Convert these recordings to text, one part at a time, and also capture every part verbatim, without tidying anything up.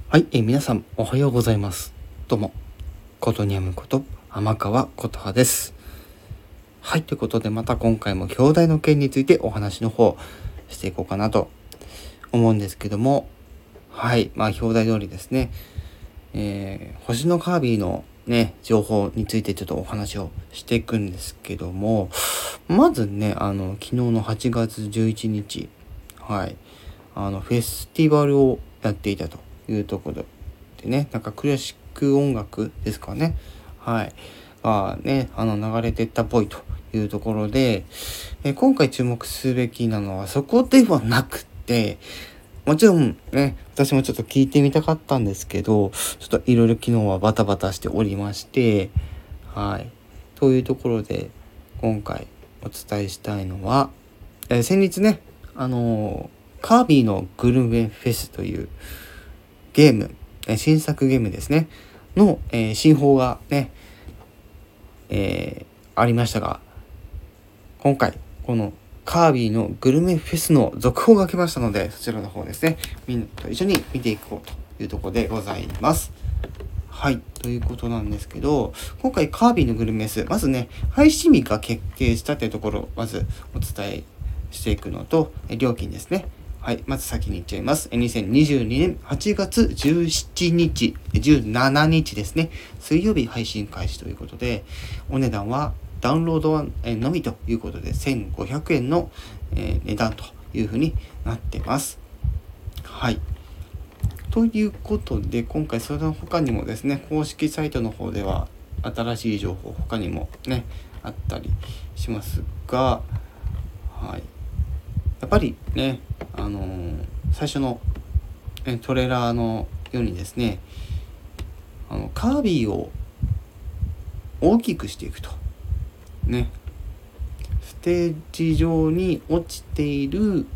はい、えー皆さんおはようございます。どうも、ことにゃむこと天川琴葉です。はい、ということでまた今回も兄弟の件についてお話の方していこうかなと思うんですけども、はい、まあ兄弟通りですね、えー星のカービィのね、情報についてちょっとお話をしていくんですけども、まずね、あの、昨日のはちがつじゅういちにち、はい、あの、フェスティバルをやっていたというところでね、なんかクラシック音楽ですかね。はい。がね、あの、流れてったっぽいというところで、え今回注目すべきなのはそこではなくて、もちろんね、私もちょっと聞いてみたかったんですけど、ちょっといろいろ昨日はバタバタしておりまして、はい。というところで、今回お伝えしたいのは、えー先日ね、あのーカービィのグルメフェスというゲーム、えー新作ゲームですね、の、えー新法がね、えーありましたが、今回、このカービィのグルメフェスの続報が来ましたので、そちらの方ですね、みんなと一緒に見ていこうというところでございます。はい、ということなんですけど、今回カービィのグルメフェス、まずね、配信日が決定したというところをまずお伝えしていくのと、え料金ですね。はい、まず先に言っちゃいます。にせんにじゅうにねんはちがつじゅうしちにち、じゅうしちにちですね。水曜日配信開始ということで、お値段はダウンロードはのみということでせんごひゃくえんの値段というふうになってます。はい。ということで、今回その他にもですね、公式サイトの方では新しい情報他にもね、あったりしますが、はい。やっぱりね、あのー最初のトレーラーのようにですね、あのカービィを大きくしていくと。ね。ステージ上に落ちている、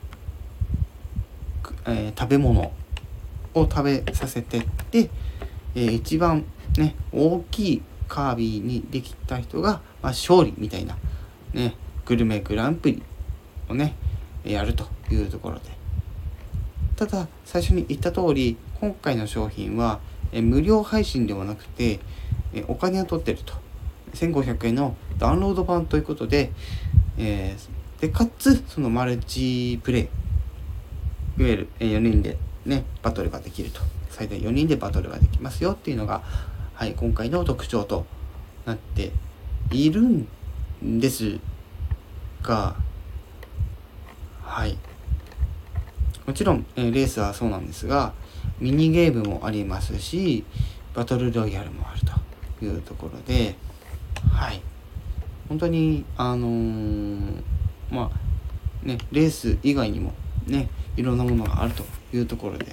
えー食べ物を食べさせてって、えー一番ね、大きいカービィにできた人が、まあ、勝利みたいな、ね、グルメグランプリをね、やるというところで。ただ、最初に言った通り、今回の商品は、えー無料配信ではなくて、えーお金を取ってると。せんごひゃくえんのダウンロード版ということで、えーで、かつ、そのマルチプレイ、いわゆるよにんでね、バトルができると。最大よにんでバトルができますよっていうのが、はい、今回の特徴となっているんですが、はい。もちろん、えーレースはそうなんですが、ミニゲームもありますし、バトルロイヤルもあるというところで、はい。本当に、あのーまあ、ね、レース以外にもね、いろんなものがあるというところで、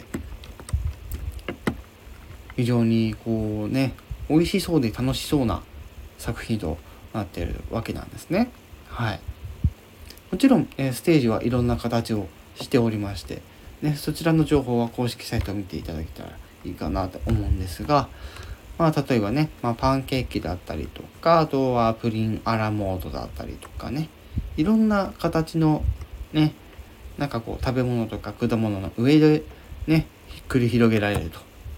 非常にこうね、美味しそうで楽しそうな作品となっているわけなんですね。はい。もちろん、えーステージはいろんな形をしておりまして、ね、そちらの情報は公式サイトを見ていただけたらいいかなと思うんですが、まあ、例えばね、まあ、パンケーキだったりとか、あとはプリンアラモードだったりとかね、いろんな形のね、なんかこう食べ物とか果物の上でね、繰り広げられる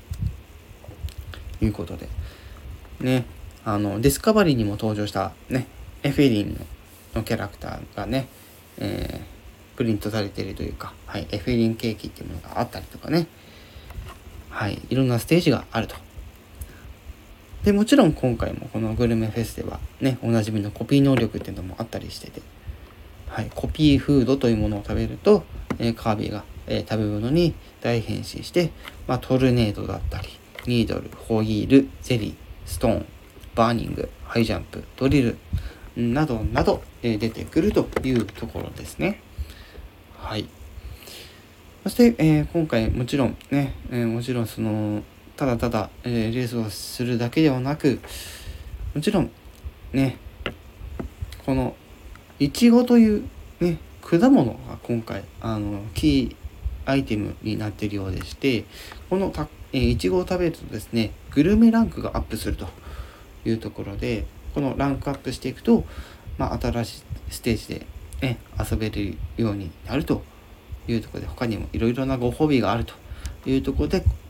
ということで、ね、あのディスカバリーにも登場したね、エフェリンのキャラクターがね、えー、プリントされているというか、はい、エフェリンケーキっていうものがあったりとかね、はい、いろんなステージがあると。でもちろん今回もこのグルメフェスではね、おなじみのコピー能力っていうのもあったりしてて、はい、コピーフードというものを食べると、えー、カービィが、えー、食べ物に大変身して、まあ、トルネードだったり、ニードル、ホイール、ゼリー、ストーン、バーニング、ハイジャンプ、ドリルなどなど、えー、出てくるというところですね。はい。そして、えー、今回もちろんね、えー、もちろんそのただただ、えー、レースをするだけではなく、もちろんね、このいちごというね、果物が今回あのキーアイテムになっているようでして、このた、えー、いちごを食べるとですね、グルメランクがアップするというところで、このランクアップしていくと、まあ、新しいステージで、ね、遊べるようになるというところで、他にもいろいろなご褒美があるというところで、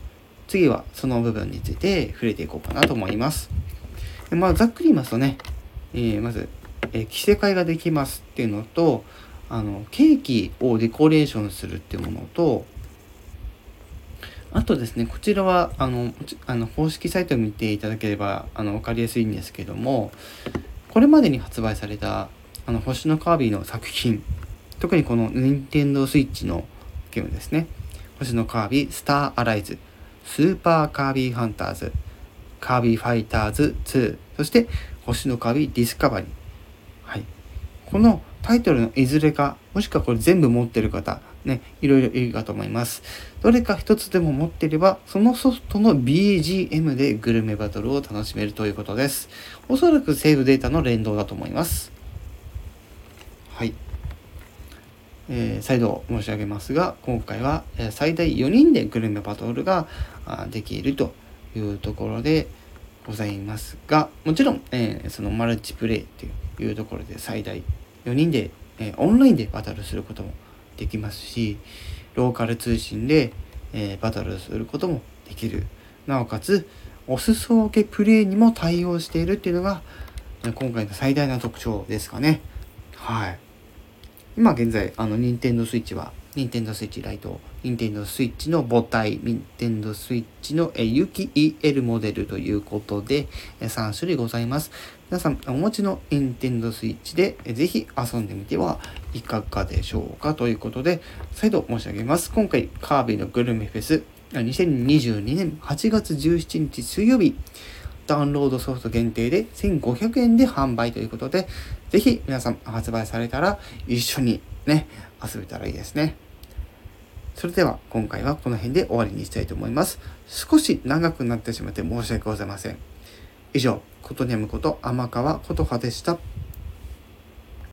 次はその部分について触れていこうかなと思います。でまあ、ざっくり言いますとね、えー、まず、えー、着せ替えができますっていうのと、あのケーキをデコレーションするっていうものと、あとですね、こちらはあのあの公式サイトを見ていただければあの分かりやすいんですけども、これまでに発売されたあの星のカービィの作品、特にこの Nintendo Switch のゲームですね、星のカービィスターアライズ、スーパーカービィハンターズ、カービィファイターズツー、そして星のカービィディスカバリー、はい、このタイトルのいずれか、もしくはこれ全部持ってる方ね、いろいろいるかと思います。どれか一つでも持っていれば、そのソフトの ビージーエム でグルメバトルを楽しめるということです。おそらくセーブデータの連動だと思います。はい、えー、再度申し上げますが、今回は最大よにんでグルメバトルができるというところでございますが、もちろん、えー、そのマルチプレイというところで最大よにんで、えー、オンラインでバトルすることもできますし、ローカル通信で、えー、バトルすることもできる。なおかつお裾分けプレイにも対応しているっていうのが今回の最大な特徴ですかね。はい。今現在あの Nintendo Switch は Nintendo Switch Lite、Nintendo Switch の母体、Nintendo Switch の有機 イーエル モデルということでさん種類ございます。皆さんお持ちの Nintendo Switch でぜひ遊んでみてはいかがでしょうかということで、再度申し上げます。今回カービィのグルメフェスにせんにじゅうにねんはちがつじゅうしちにち水曜日、ダウンロードソフト限定でせんごひゃくえんで販売ということで、ぜひ皆さん発売されたら一緒にね遊べたらいいですね。それでは今回はこの辺で終わりにしたいと思います。少し長くなってしまって申し訳ございません。以上、ことにゃむこと天川琴葉でした。